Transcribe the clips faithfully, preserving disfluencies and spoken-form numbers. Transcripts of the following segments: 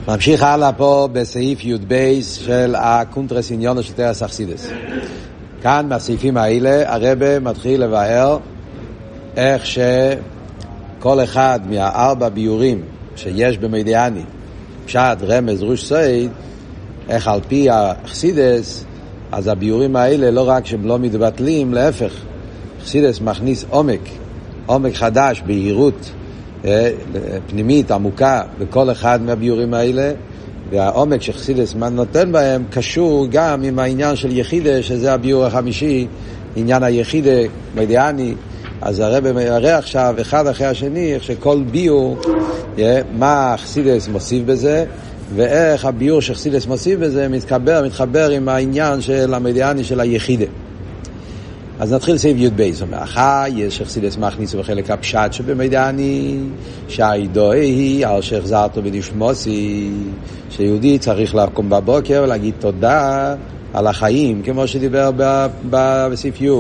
ממשיך הלאה פה בסעיף י' בייס של הקונטרס עניונו של תרס אכסידס. כאן מהסעיפים האלה הרב מתחיל לבאר איך שכל אחד מהארבע ביורים שיש במדיאני, פשט, רמז, ראש סייד, איך על פי האכסידס, אז הביורים האלה לא רק שהם לא מתבטלים, להפך, אכסידס מכניס עומק, עומק חדש, בהירות פנימית, עמוקה, בכל אחד מהביורים האלה, והעומק שחסידס נותן בהם קשור גם עם העניין של יחידה, שזה הביור החמישי, עניין היחידה, מדיאני. אז הרב מראה עכשיו אחד אחרי השני, איך שכל ביור, מה חסידס מוסיף בזה, ואיך הביור שחסידס מוסיף בזה מתחבר, מתחבר עם העניין של המדיאני של היחידה. אז נתחיל סעיף י' בייס, אחר יש שחסידס מכניס בחלק הפשט שבמדיאני, שהעידוי היא על שהחזרתו בנשמוסי, שיהודי צריך לקום בבוקר ולהגיד תודה על החיים, כמו שדיבר בסעיף י'.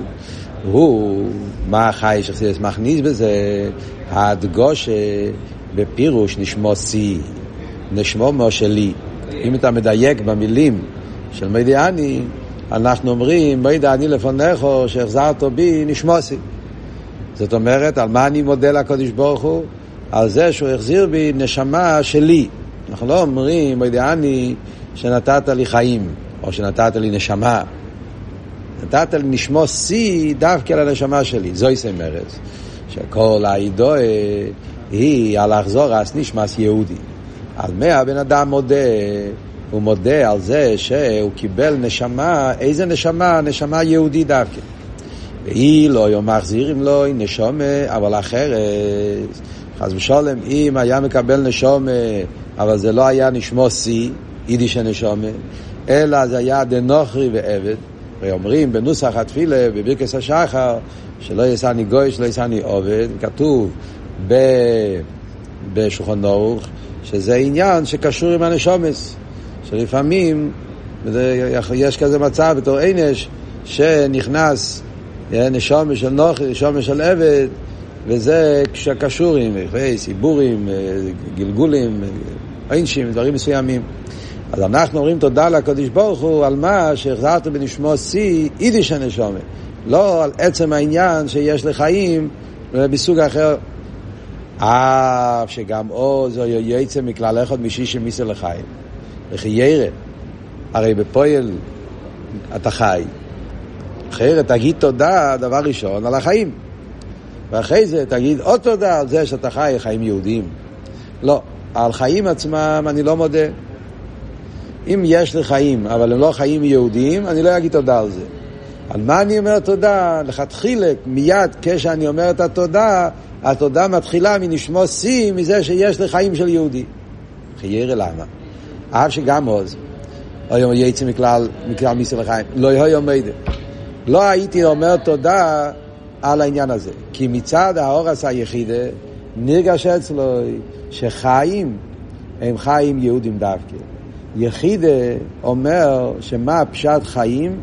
הוא, מה החי שחסידס מכניס בזה? ההדגושה בפירוש נשמוסי, נשמו שלי. אם אתה מדייק במילים של מדיאני, אנחנו אומרים, מידע אני לפניך שהחזרת בי נשמוסי. זאת אומרת, על מה אני מודה לקדוש ברוך הוא? על זה שהוא החזיר בי נשמה שלי. אנחנו לא אומרים, מידע אני שנתת לי חיים, או שנתת לי נשמה. נתת לי נשמוסי דווקא לנשמה שלי. זו יסמרת. שכל העידו היא על החזור אז נשמס יהודי. על מה הבן אדם מודה? הוא מודה על זה שהוא קיבל נשמה, איזה נשמה? נשמה יהודי דווקא. והיא לא יום מחזירים לו, היא נשמה, אבל אחרת, חס ושלום, אם היה מקבל נשמה, אבל זה לא היה נשמוסי, יידיש הנשמה, אלא זה היה דנוכרי ועבד, ואומרים בנוסח התפילה, בברכת השחר, שלא יסני גוי, שלא יסני עובד, כתוב ב... בשולחן ערוך, שזה עניין שקשור עם הנשומס, שלפעמים יש כזה מצב בתור עינש שנכנס נשומס של נוכרי, נשומס של עבד, וזה קשור עם סיבורים, גלגולים, עינשים, דברים מסוימים. אז אנחנו אומרים תודה לקדוש ברוך הוא על מה שהחזרת בנשמו סי יידיש הנשמה, לא על עצם העניין שיש לחיים בסוג אחר, אף שגם או זו יצא מכלל אחד משישי מיסר לחיים וכי ירא, הרי בפועל אתה חי, אחרת תגיד תודה דבר ראשון על החיים, ואחרי זה תגיד עוד תודה על זה שאתה חי חיים יהודיים. לא, על חיים עצמם אני לא מודה. אם יש לי חיים אבל הם לא חיים יהודיים, אני לא אגיד תודה על זה. על מה אני אומר תודה? לכתחילה מיד כשאני אומר את התודה, התודה מתחילה מנשמו סי, מזה שיש לי חיים של יהודי. חיירה למה? אף שגם עוז היום יצא מכלל מכלל מיסר לחיים לא היום מידע, לא הייתי אומר תודה על העניין הזה, כי מצד האורס היחידה נרגש אצלו שחיים הם חיים יהודים דווקא. יחידה אומר שמה פשט חיים?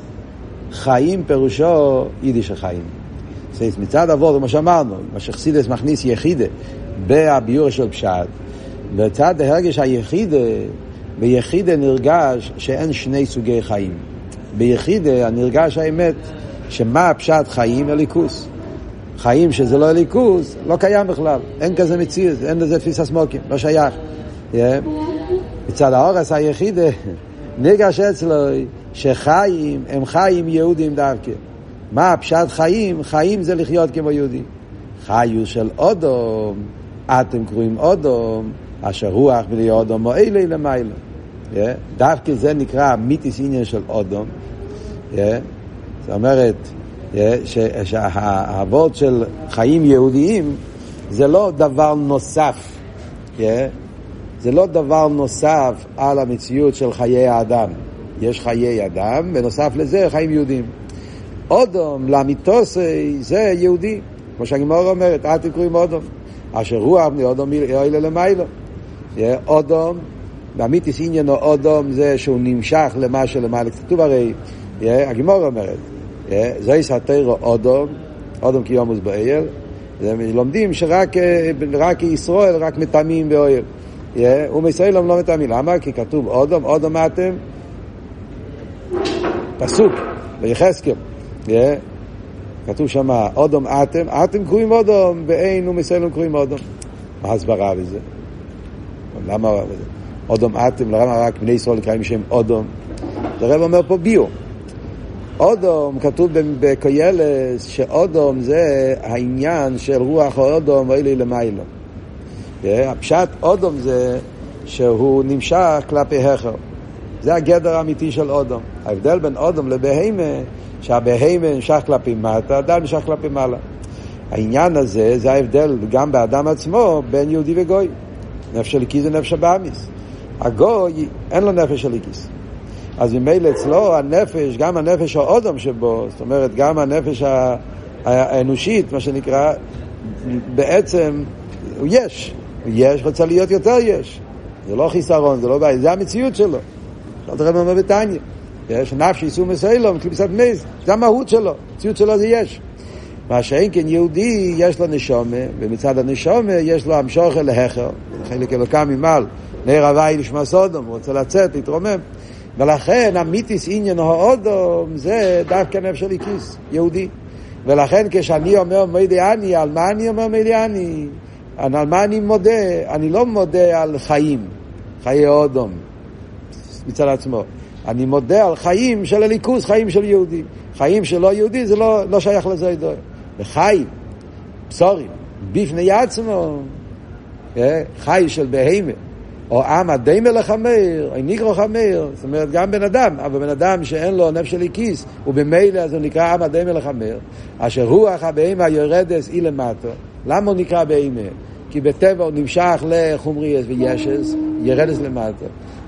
חיים פירושו יידיש החיים. זאת מצד עבוד, מה שאמרנו, מה שחסידס מכניס יחידה בהביור של פשט, בצד הרגש היחידה, ביחידה נרגש שאין שני סוגי חיים. ביחידה נרגש האמת שמה פשט חיים? אליקוס. חיים שזה לא אליקוס לא קיים בכלל, אין כזה מציאות, אין לזה תפיס הסמוקים, לא שייך. yeah. מצד האורס היחידה נרגש אצלו שחיים הם חיים יהודים דווקא. מה פשט חיים? חיים זה לחיות כמו יהודים. חיוס של אודום, אתם קוראים אודום, אשר רוח בלי אודום או אלה למעלה. דווקא זה נקרא מיתיס עניין של אודום. זאת אומרת שהעבוד של חיים יהודיים זה לא דבר נוסף. זה לא דבר נוסף על המציאות של חיי האדם. יש חיי אדם, בנוסף לזה חיים יהודים. אודום לאמיתוסי זה יהודי, כמו שהגמרא אומרת, אתם קוראים אודום, אשר רוח בני אודום אלה למעלה. אודום, באמיתיס עניינו אודום זה שהוא נמשך למה שלמעלה. כתוב הרי, הגמרא אומרת, זוהי סתירו אודום, אודום כי יומוס באייל, לומדים שרק רק ישראל רק מטעמים באויר. ומישראל לא מתאמין. למה? כי כתוב אודום, אודום אתם, פסוק ביחזקאל, כתוב שם אודום אתם, אתם קרואים אודום, ואין ומישראל קרואים אודום. מה הסברה בזה? למה אודום אתם, למה רק בני ישראל קראים שם אודום? הרב אומר פה ביו. אודום, כתוב בקוילס שאודום זה העניין של רוח האודום ואילי למיילו. הפשט אודום זה שהוא נמשך כלפי החר. זה הגדר האמיתי של אודום. ההבדל בין אודום לבהמה, שהבהמה נמשך כלפי מטה, האדם נמשך כלפי מעלה. העניין הזה, זה ההבדל גם באדם עצמו בין יהודי וגוי. נפש הליקיס זה נפש הבאמיס. הגוי אין לו נפש הליקיס. אז ממילא אצלו הנפש, גם הנפש האודום שבו, זאת אומרת גם הנפש האנושית, מה שנקרא, בעצם הוא יש. הוא יש, רוצה להיות יותר יש. זה לא חיסרון, זה לא בעיה, זה המציאות שלו. שאלת הרב אומר בתניא. יש נפש ייסור מסוילום, קליפסת מז, זה המהות שלו. המציאות שלו זה יש. מה שאין כן יהודי יש לו נשומה, ומצד הנשומה יש לו המשוך אל ההחר. חלק אלוקם ממעל, נר הוואי לשמה סודום, הוא רוצה לצאת, להתרומם. ולכן המיתיס עניין האודום זה דווקא נפש הליקיס, יהודי. ולכן כשאני אומר מודי אני, על מה אני אומר מודי אני? על מה אני מודה? אני לא מודה על חיים, חיי אודום, מצד עצמו. אני מודה על חיים של הליכוס, חיים של יהודי. חיים שלא יהודי זה לא, לא שייך לזה ידוע. וחי, בשורים, בפני עצמו, חי של בהמה, או עם הדיימה לחמר, או ניקרו חמר, זאת אומרת גם בן אדם, אבל בן אדם שאין לו נפש הליקיס, ובמילא אז הוא נקרא עם הדיימה לחמר, אשר רוח הבהמה יורדס אי למטו. למה הוא נקרא בהמה? כי בטבע הוא נמשך לחומריאס וישס, ירדס למטו.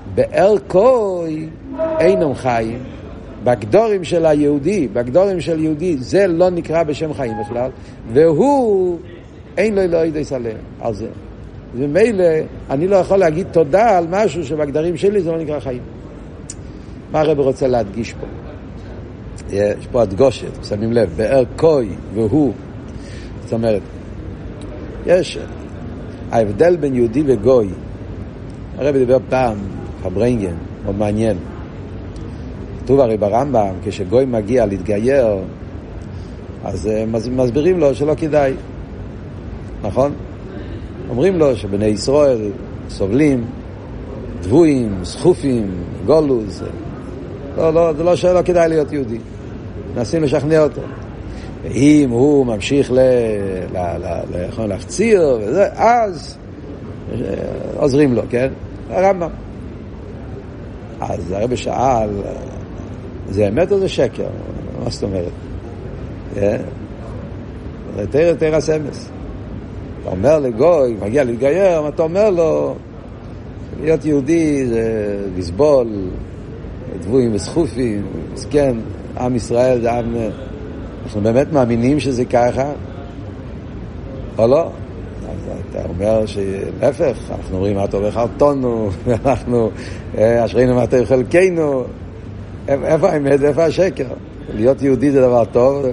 בערכוי אינם חיים, בגדורים של היהודי, בגדורים של יהודי, זה לא נקרא בשם חיים בכלל, והוא אין לו אלוהי די סלם על זה. ומילא אני לא יכול להגיד תודה על משהו שבגדרים שלי זה לא נקרא חיים. מה הרב רוצה להדגיש פה? יש פה הדגושת, שמים לב, בערכוי והוא, זאת אומרת, יש ההבדל בין יהודי וגוי. הרב דיבר פעם, הברנגן, מאוד מעניין. כתוב הרי ברמב"ם, כשגוי מגיע להתגייר, אז מסבירים לו שלא כדאי. נכון? אומרים לו שבני ישראל סובלים, דבויים, סחופים, גולוז. לא, לא, זה לא שלא כדאי להיות יהודי. מנסים לשכנע אותו. ואם הוא ממשיך ל... ל... ל... להחציר, וזה, אז עוזרים לו, כן? הרמב"ם. אז הרב שאל, זה אמת או זה שקר? מה זאת אומרת? זה תראה, תראה סמס. אתה אומר לגוי, מגיע להתגייר, אתה אומר לו, להיות יהודי זה לסבול, דבויים וסחופים, מסכן, עם ישראל זה עם... אנחנו באמת מאמינים שזה ככה? או לא? אתה אומר שלהפך, אנחנו אומרים מה טוב חרטונו, ואנחנו אשרינו מה טוב חלקנו. איפה האמת, איפה השקר? להיות יהודי זה דבר טוב.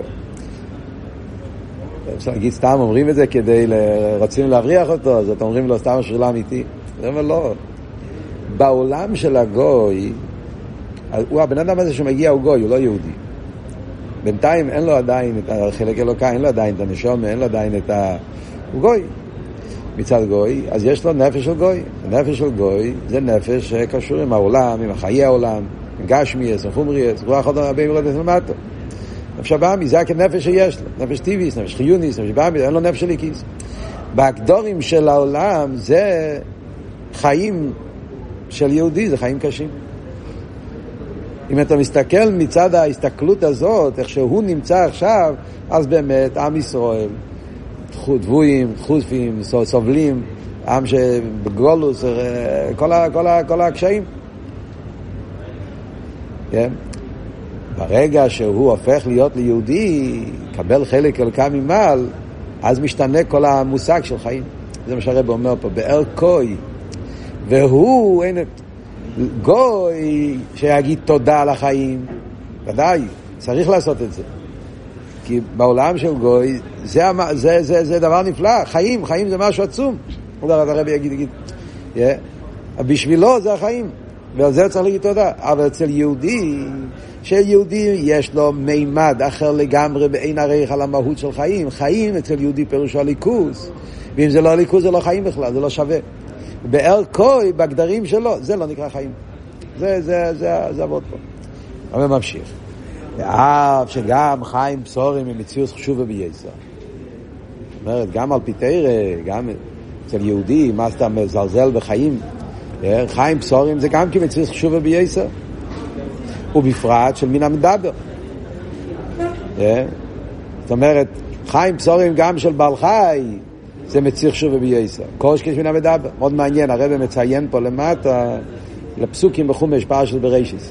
אפשר להגיד סתם אומרים את זה כדי רוצים להבריח אותו, אז אתם אומרים לו סתם שאלה אמיתי. זה אומר לא. בעולם של הגוי, הוא הבן אדם הזה שמגיע הוא גוי, הוא לא יהודי. בינתיים אין לו עדיין את החלק אלוקה, אין לו עדיין את הנשום, אין לו עדיין את ה... הוא גוי. מצד גוי, אז יש לו נפש של גוי. הנפש של גוי זה נפש שקשור עם העולם, עם חיי העולם, עם גשמיאס, עם חומריאס, רוח עוד הרבה מרדת למטה. נפש הבאמי, זה הנפש שיש לו. נפש טיביס, נפש חיוניס, נפש באמי, אין לו נפש ליקיס. בהגדורים של העולם זה חיים של יהודי, זה חיים קשים. אם אתה מסתכל מצד ההסתכלות הזאת, איך שהוא נמצא עכשיו, אז באמת עם ישראל, דבויים, חושפים, סובלים, עם שבגולוס, כל, כל, כל הקשיים. כן? ברגע שהוא הופך להיות ליהודי, קבל חלק אלוקה ממעל, אז משתנה כל המושג של חיים. זה מה שהרב אומר פה, בערכוי. והוא, אין... גוי שיגיד תודה על החיים, ודאי, צריך לעשות את זה. כי בעולם של גוי, זה, זה, זה, זה דבר נפלא. חיים, חיים זה משהו עצום. הרב יגיד, יגיד, בשבילו זה החיים, ועל זה צריך להגיד תודה. אבל אצל יהודי, שיהודי יש לו מימד אחר לגמרי באין ערך על המהות של חיים. חיים אצל יהודי פירושו ליכוז, ואם זה לא ליכוז זה לא חיים בכלל, זה לא שווה. בערכוי, בגדרים שלו, זה לא נקרא חיים. זה, זה, זה, זה עבוד פה. אבל ממשיך. ואף שגם חיים בשורים עם מציאות חשובה בייסר. זאת אומרת, גם על פי תורה, גם אצל יהודי, מה שאתה מזלזל בחיים, חיים בשורים זה גם כמציאות חשובה בייסר. ובפרט של מן המדבר. זאת אומרת, חיים בשורים גם של בעל חי, זה מציאות חשובה בייסר. קושקש מן המדבר. מאוד מעניין, הרב מציין פה למטה, לפסוקים בחומש פרשת בראשית.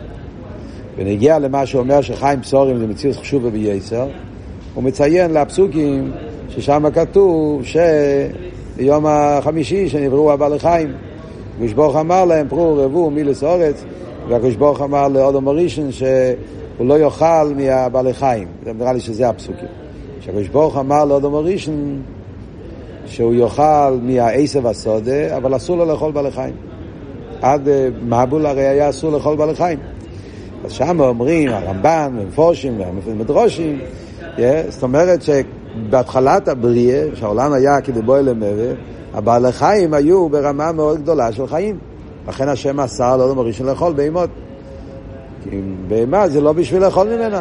ונגיע למה שאומר שחיים בשורים זה מציאות חשובה בייסר, הוא מציין לפסוקים ששם כתוב שביום החמישי שנבראו הבעלי חיים, הקדוש ברוך אמר להם פרו רבו מילס אורץ, והקדוש ברוך אמר לאדם הראשון שהוא לא יאכל מהבעלי חיים. נראה לי שזה הפסוקים. שהקדוש ברוך אמר לאדם הראשון שהוא יאכל מהעשב הסודה, אבל אסור לו לאכול בעלי חיים. עד מבול הרי היה אסור לאכול בעלי חיים. אז שם אומרים הרמב"ן ומפורשים ומדרושים, זאת אומרת שבהתחלת הבריאה, שהעולם היה כדבוי למוות, הבעלי חיים היו ברמה מאוד גדולה של חיים. לכן השם אסר לאדם הראשון לאכול בהמות. כי בהמה זה לא בשביל לאכול ממנה.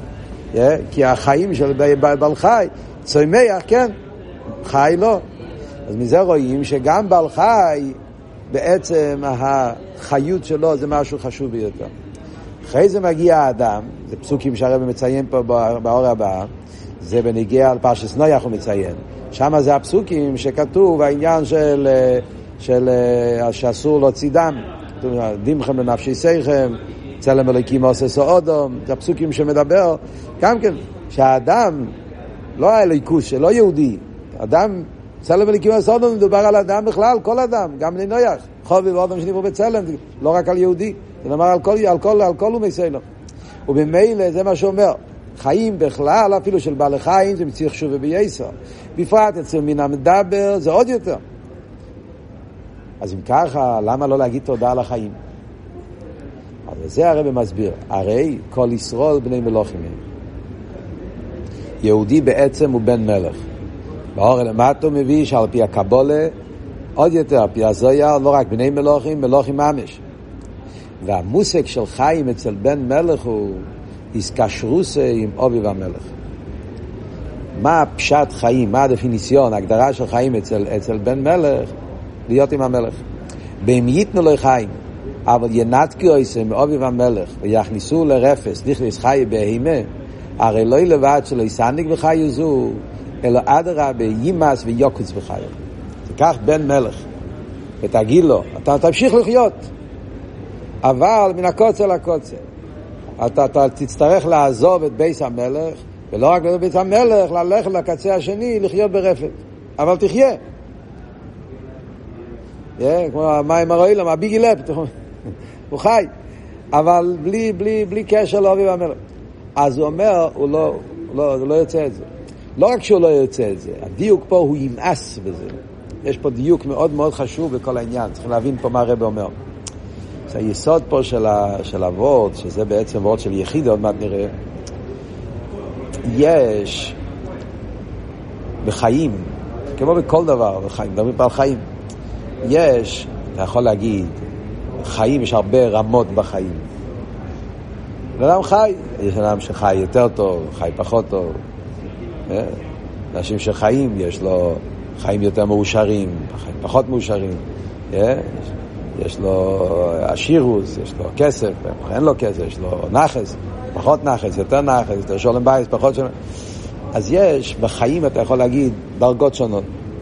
כי החיים של בעל חי, צומח, כן, חי לא. אז מזה רואים שגם בעל חי, בעצם החיות שלו זה משהו חשוב ביותר. אחרי זה מגיע האדם, זה פסוקים שהרב מציין פה באור הבא, זה בנגיע על פרשת נויח הוא מציין. שם זה הפסוקים שכתוב העניין של, של שאסור להוציא דם, דמכם לנפשי שיכם, צלם אלוקים עושה סעודום, זה הפסוקים שמדבר, גם כן, שהאדם, לא האלוקוס, שלא יהודי, אדם, צלם אלוקים עושה סעודום, מדובר על אדם בכלל, כל אדם, גם בני נויח, חובי ואדם שנבראו בצלם, לא רק על יהודי, זה נאמר על כל, על כל, על כל ומסלם. ובמילא זה מה שאומר, חיים בכלל, אפילו של בעלי חיים, זה מציאות חשובה בייסר. בפרט אצל מן המדבר, זה עוד יותר. אז אם ככה, למה לא להגיד תודה על החיים? אז זה הרב מסביר. הרי כל ישראל בני מלוכים. יהודי בעצם הוא בן מלך. באור למטה מביא שעל פי הקבולה, עוד יותר, על פי הזויה, לא רק בני מלוכים, מלוכים ממש. והמושג של חיים אצל בן מלך הוא איסקשרוסה עם אביו המלך. מה פשט חיים, מה הדפיניציון, ההגדרה של חיים אצל, אצל בן מלך? להיות עם המלך. בהם ייתנו לו חיים, אבל ינתקו עושה מאביו המלך ויכניסו לרפס, לכניס חי בהימה, הרי לא לבד שלא יסניק בחיו זו, אלא אדרה בימאס ויוקוץ בחיו. זה כך בן מלך. ותגיד לו, אתה תמשיך לחיות, אבל מן הקוצר לקוצר. אתה, אתה תצטרך לעזוב את בית המלך, ולא רק לבית המלך, ללכת לקצה השני, לחיות ברפת. אבל תחיה. Yeah, כמו המים הרואים, הביגי לב, הוא חי. אבל בלי, בלי, בלי קשר לאביו המלך. אז הוא אומר, הוא לא, הוא לא, הוא לא יוצא את זה. לא רק שהוא לא יוצא את זה, הדיוק פה הוא ימאס בזה. יש פה דיוק מאוד מאוד חשוב בכל העניין. צריכים להבין פה מה הרב אומר. זה היסוד פה של, ה, של הוורד, שזה בעצם וורד של יחיד, עוד מעט נראה. יש בחיים, כמו בכל דבר בחיים, מדברים פה על חיים, יש, אתה יכול להגיד, חיים, יש הרבה רמות בחיים. אדם חי, יש אדם שחי יותר טוב, חי פחות טוב. אנשים שחיים, יש לו חיים יותר מאושרים, חיים פחות מאושרים. יש לו עשירוס, יש לו כסף, אין לו כסף, יש לו נחס, פחות נחס, יותר נחס, יותר שולם בייס, פחות שולם. אז יש, בחיים אתה יכול להגיד דרגות שונות.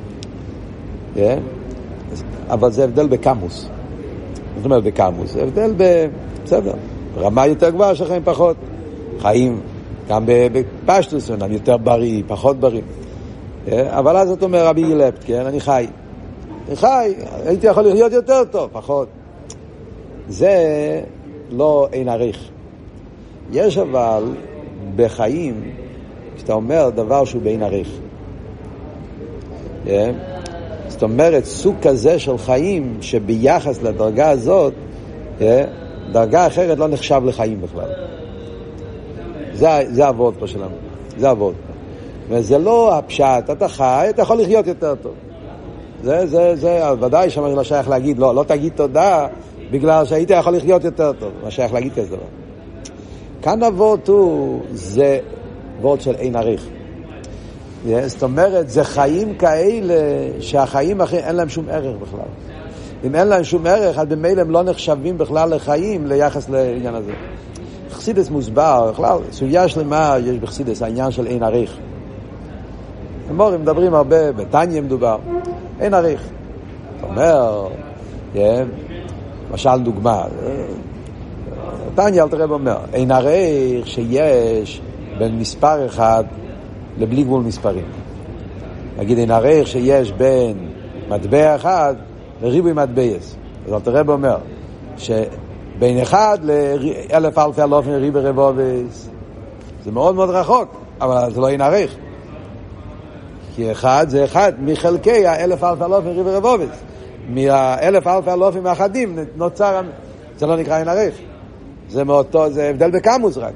אבל זה הבדל בקמוס. זאת אומרת בקמוס, זה הבדל ב... בסדר, רמה יותר גבוהה של חיים פחות. חיים גם בפשטוס, אני יותר בריא, פחות בריא. אבל אז אתה אומר, רבי ילפט, כן, אני חי. אני חי, הייתי יכול להיות יותר טוב, פחות. זה לא אין עריך. יש אבל בחיים, כשאתה אומר דבר שהוא באין עריך. זאת זאת אומרת, סוג כזה של חיים שביחס לדרגה הזאת, דרגה אחרת לא נחשב לחיים בכלל. זה, זה עבוד פה שלנו. זה עבוד. וזה לא הפשט, אתה חי, אתה יכול לחיות יותר טוב. זה, זה, זה, ודאי שמה לא שייך להגיד, לא, לא תגיד תודה, בגלל שהיית יכול לחיות יותר טוב. מה שייך להגיד כזה דבר. כאן עבוד הוא, זה עבוד של אין עריך. זאת אומרת, זה חיים כאלה שהחיים אחרי אין להם שום ערך בכלל. אם אין להם שום ערך, אז במילא הם לא נחשבים בכלל לחיים ליחס לעניין הזה. חסידס מוסבר, בכלל, סוגיה שלמה יש בחסידס, העניין של אין עריך. אמורים מדברים הרבה, בתניא מדובר, אין עריך. זאת אומרת, למשל דוגמה, תניא אל תראה ואומר, אין עריך שיש בין מספר אחד לבלי גבול מספרים. נגיד, אין עריך שיש בין מטבע אחד לריבוי מטבעס. אז אל תראה ואומר, שבין אחד לאלף אלפי אלופים ריבוי רבובס, זה מאוד מאוד רחוק, אבל זה לא אין עריך. כי אחד זה אחד מחלקי האלף אלפי אלופים ריבוי רבובס. מהאלף אלפי אלופים האחדים נוצר, זה לא נקרא אין עריך. זה מאותו, זה הבדל בקמוס רק.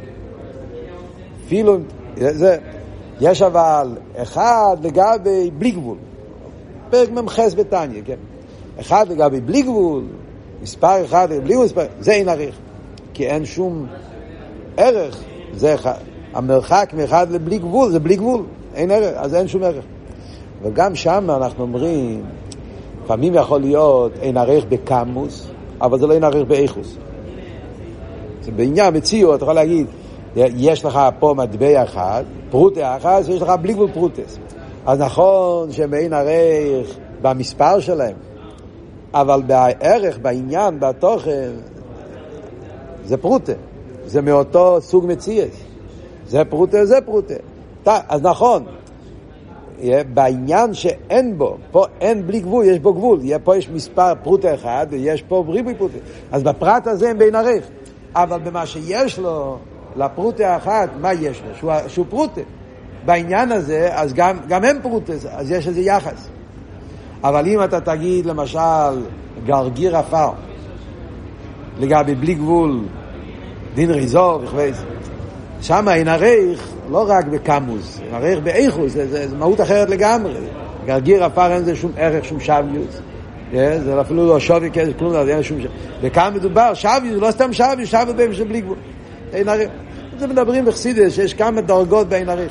אפילו, זה, יש אבל אחד לגבי בלי גבול. פרק ממחס בתניא, כן? אחד לגבי בלי גבול, מספר אחד בלי גבול, מספר, זה אין עריך. כי אין שום ערך. זה המרחק מאחד לבלי גבול, זה בלי גבול. אין ערך, אז אין שום ערך. וגם שם אנחנו אומרים, לפעמים יכול להיות אין ערך בקמוס, אבל זה לא אין ערך באיכוס. זה בעניין מציאו, אתה יכול להגיד, יש לך פה מטבע אחד, פרוטה אחת, ויש לך בלי גבול פרוטס. אז נכון שאין ערך במספר שלהם, אבל בערך, בעניין, בתוכן, זה פרוטה. זה מאותו סוג מציאס. זה פרוטה, זה פרוטה. אז נכון, בעניין שאין בו, פה אין בלי גבול, יש בו גבול. פה יש מספר פרוטה אחד, ויש פה ריבוי פרוטה. אז בפרט הזה הם בין ערך. אבל במה שיש לו, לפרוטה האחת, מה יש לו? שהוא, שהוא פרוטה. בעניין הזה, אז גם, גם הם פרוטה, אז יש איזה יחס. אבל אם אתה תגיד, למשל, גרגיר אפר, לגבי בלי גבול, דין ריזור וכו', שם אין ערך, לא רק בקמוס, אין ערך באיכוס, זה, זה, זה מהות אחרת לגמרי. גרגיר אפר אין זה שום ערך, שום שוויוס. זה אפילו לא שווי כזה, כלום, אין שום שוויוס. וכאן מדובר, שוויוס, לא סתם שוויוס, שוויוס בהם של בלי גבול. אין ערך. זה מדברים בחסידס, שיש כמה דרגות באין ערך.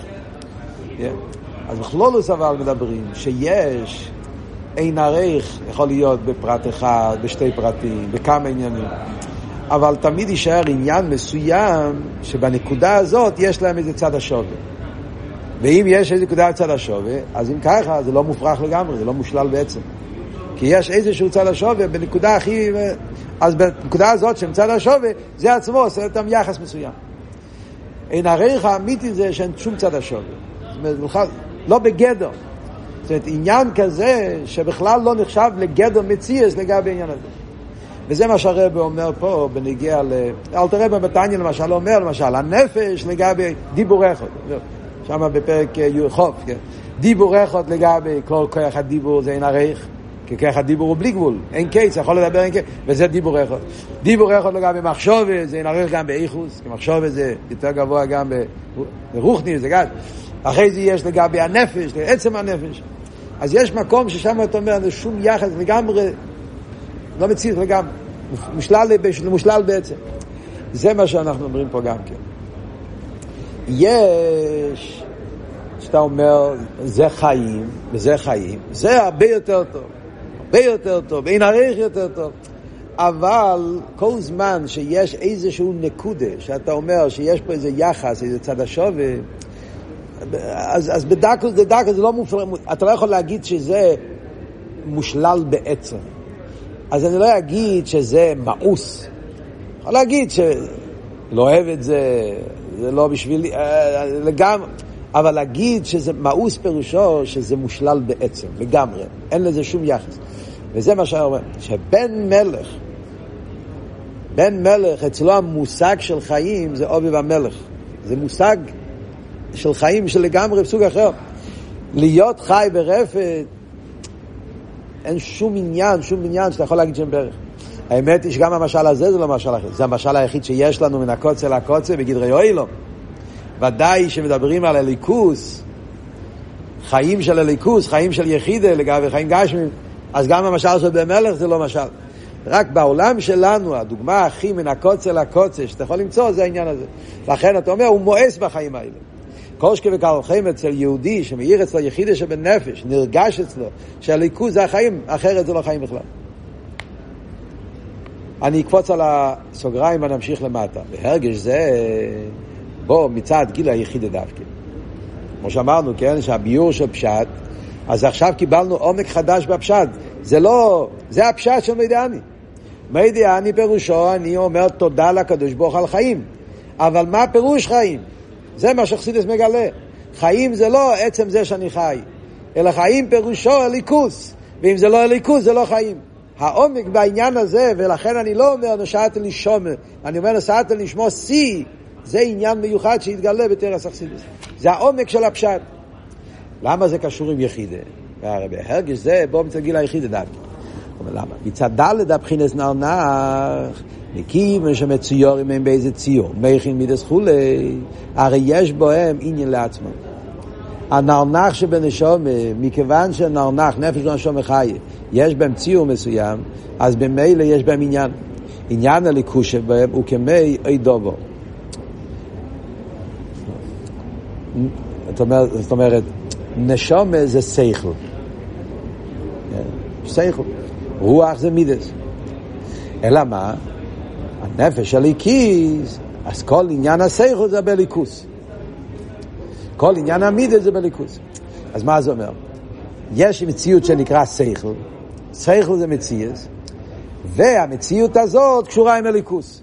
אז בכלולוס אבל מדברים, שיש אין ערך, יכול להיות בפרט אחד, בשתי פרטים, בכמה עניינים. אבל תמיד יישאר עניין מסוים שבנקודה הזאת יש להם איזה צד השווה. ואם יש איזה נקודה צד השווה, אז אם ככה זה לא מופרך לגמרי, זה לא מושלל בעצם. כי יש איזשהו צד השווה בנקודה הכי... אז בנקודה הזאת שהם צד השווה, זה עצמו עושה אותם יחס מסוים. אין ערך האמיתי זה שאין שום צד השווה. זאת אומרת, לא בגדר. זאת אומרת, עניין כזה שבכלל לא נחשב לגדר מציאס לגבי העניין הזה. וזה מה שהרב אומר פה בנגיע ל... אל תראה בתניא למשל אומר, למשל, הנפש לגבי דיבור אחד. שם בפרק חוף, כן? דיבור אחד לגבי כל כוח הדיבור זה אין ערך, כי כוח הדיבור הוא בלי גבול. אין קץ, יכול לדבר אין קץ, וזה דיבור אחד. דיבור אחד לגבי מחשוב, זה אין ערך גם באיכוס, כי מחשוב זה יותר גבוה גם ברוחני, זה גד. אחרי זה יש לגבי הנפש, לעצם הנפש. אז יש מקום ששם אתה אומר, זה שום יחס לגמרי, לא מציץ לגמרי, מושלל, מושלל בעצם. זה מה שאנחנו אומרים פה גם כן. יש, שאתה אומר, זה חיים, וזה חיים, זה הרבה יותר טוב, הרבה יותר טוב, אין ערך יותר טוב. אבל כל זמן שיש איזשהו נקודה, שאתה אומר שיש פה איזה יחס, איזה צד השווה, אז, אז בדקוס, בדקוס זה לא מופלא, אתה לא יכול להגיד שזה מושלל בעצם. אז אני לא אגיד שזה מאוס. אני יכול להגיד שלא אוהב את זה, זה לא בשבילי, לגמרי. אבל להגיד שזה מאוס פירושו שזה מושלל בעצם, לגמרי. אין לזה שום יחס. וזה מה שאני אומר, שבן מלך, בן מלך, אצלו המושג של חיים זה אוביב המלך. זה מושג של חיים של לגמרי בסוג אחר. להיות חי ברפת, אין שום עניין, שום עניין שאתה יכול להגיד שם ברך. האמת היא שגם המשל הזה זה לא משל אחר. זה המשל היחיד שיש לנו מן הקוצה לקוצה בגדרי אוילום. ודאי שמדברים על הליכוס, חיים של הליכוס, חיים של יחידה לגבי חיים גשמים, אז גם המשל של במלך זה לא משל. רק בעולם שלנו, הדוגמה הכי מן הקוצה לקוצה שאתה יכול למצוא זה העניין הזה. לכן אתה אומר, הוא מואס בחיים האלה. קושקה וקלחם אצל יהודי שמאיר אצלו יחידה שבנפש, נרגש אצלו שהליכוז זה החיים, אחרת זה לא חיים בכלל. אני אקפוץ על הסוגריים ונמשיך למטה. בהרגש זה בוא מצד גיל היחידה דווקא. כמו שאמרנו, כן, שהביור של פשט, אז עכשיו קיבלנו עומק חדש בפשט. זה לא, זה הפשט של מידעני. מידעני פירושו, אני אומר תודה לקדוש ברוך על חיים. אבל מה פירוש חיים? זה מה שחסידס מגלה. חיים זה לא עצם זה שאני חי, אלא חיים פירושו הליכוס. ואם זה לא הליכוס, זה לא חיים. העומק בעניין הזה, ולכן אני לא אומר נשאתי לשומר, אני אומר נשאתי לשמוע סי, זה עניין מיוחד שהתגלה בתרס החסידס. זה העומק של הפשט. למה זה קשור עם יחידה? בהרגש זה, בוא מצד גיל היחידה דווקא. למה? מצד דלת הבחינס נרנח, נקים שמצויורים הם באיזה ציור, מייכין מידס חולי, הרי יש בהם עניין לעצמם. הנרנח שבנשום, מכיוון שנרנח, נפש ונשום חי, יש בהם ציור מסוים, אז במילא יש בהם עניין. עניין הליכוש שבהם הוא כמי אידובו. זאת אומרת, נשום זה שכל. שכל. רוח זה מידס. אלא מה? הנפש הליקיס, אז כל עניין השכל זה בליכוס. כל עניין המידס זה בליכוס. אז מה זה אומר? יש מציאות שנקרא שכל. שכל זה מציאות. והמציאות הזאת קשורה עם הליכוס.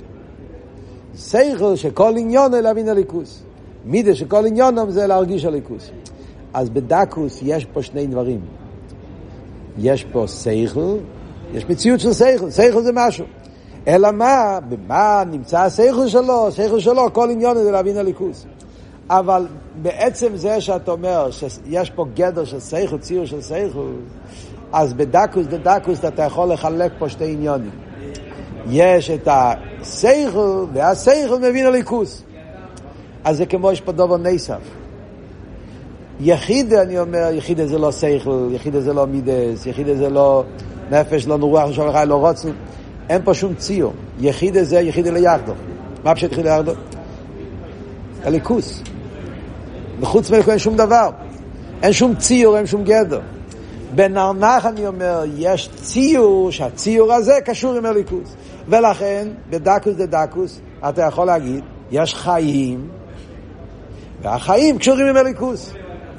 שכל שכל עניון הוא להבין הליכוס. מידס שכל עניונם זה להרגיש הליכוס. אז בדקוס יש פה שני דברים. יש פה שכל, יש מציאות של שכל. שכל זה משהו. אלא מה? במה נמצא השכל שלו? השכל שלו, כל עניון זה להבין הליכוס. אבל בעצם זה שאתה אומר שיש פה גדר של שכל, ציור של שכל, אז בדקוס, בדקוס אתה יכול לחלק פה שתי עניונים. יש את השכל, והשכל מבין הליכוס. אז זה כמו יש פה דובר נסף. יחידה, אני אומר, יחידה זה לא שכל, יחידה זה לא מידס, יחידה זה לא נפש, לא נרוח, נשום חי, לא רוצים. אין פה שום ציור. יחידה זה יחידה ליחדו. מה פשוט יחידה ליחדו? הליכוס. בחוץ מלכו אין שום דבר. אין שום ציור, אין שום גדר. בנרנח אני אומר, יש ציור, שהציור הזה קשור עם הליכוס. ולכן, בדקוס דדקוס, אתה יכול להגיד, יש חיים, והחיים קשורים עם הליכוס.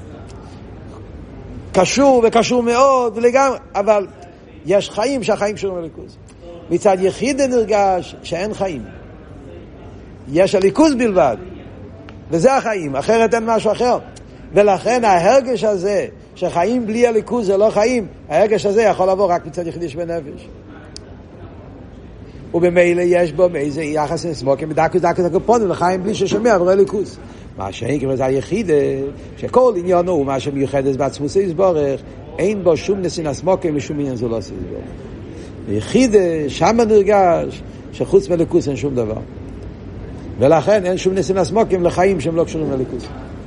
קשור וקשור מאוד ולגמרי, אבל יש חיים שהחיים קשורים עם הליכוס. מצד יחיד נרגש שאין חיים. יש הליכוס בלבד. וזה החיים, אחרת אין משהו אחר. ולכן ההרגש הזה, שחיים בלי הליכוס זה לא חיים, ההרגש הזה יכול לבוא רק מצד יחיד שבנפש. ובמילא יש בו איזה יחס סמוקים, בדקוס דקוס הקופונים, לחיים בלי ששומע ורואה ליכוס. מה שאין כמו זה היחיד, שכל עניינו הוא מה שמיוחדת בעצמוס יסבורך, אין בו שום נסין הסמוקים ושום עניין זו לא עושה יסבורך. היחיד, שם נרגש, שחוץ מליכוס אין שום דבר. ולכן אין שום נסין הסמוקים לחיים שהם לא קשורים לליכוס.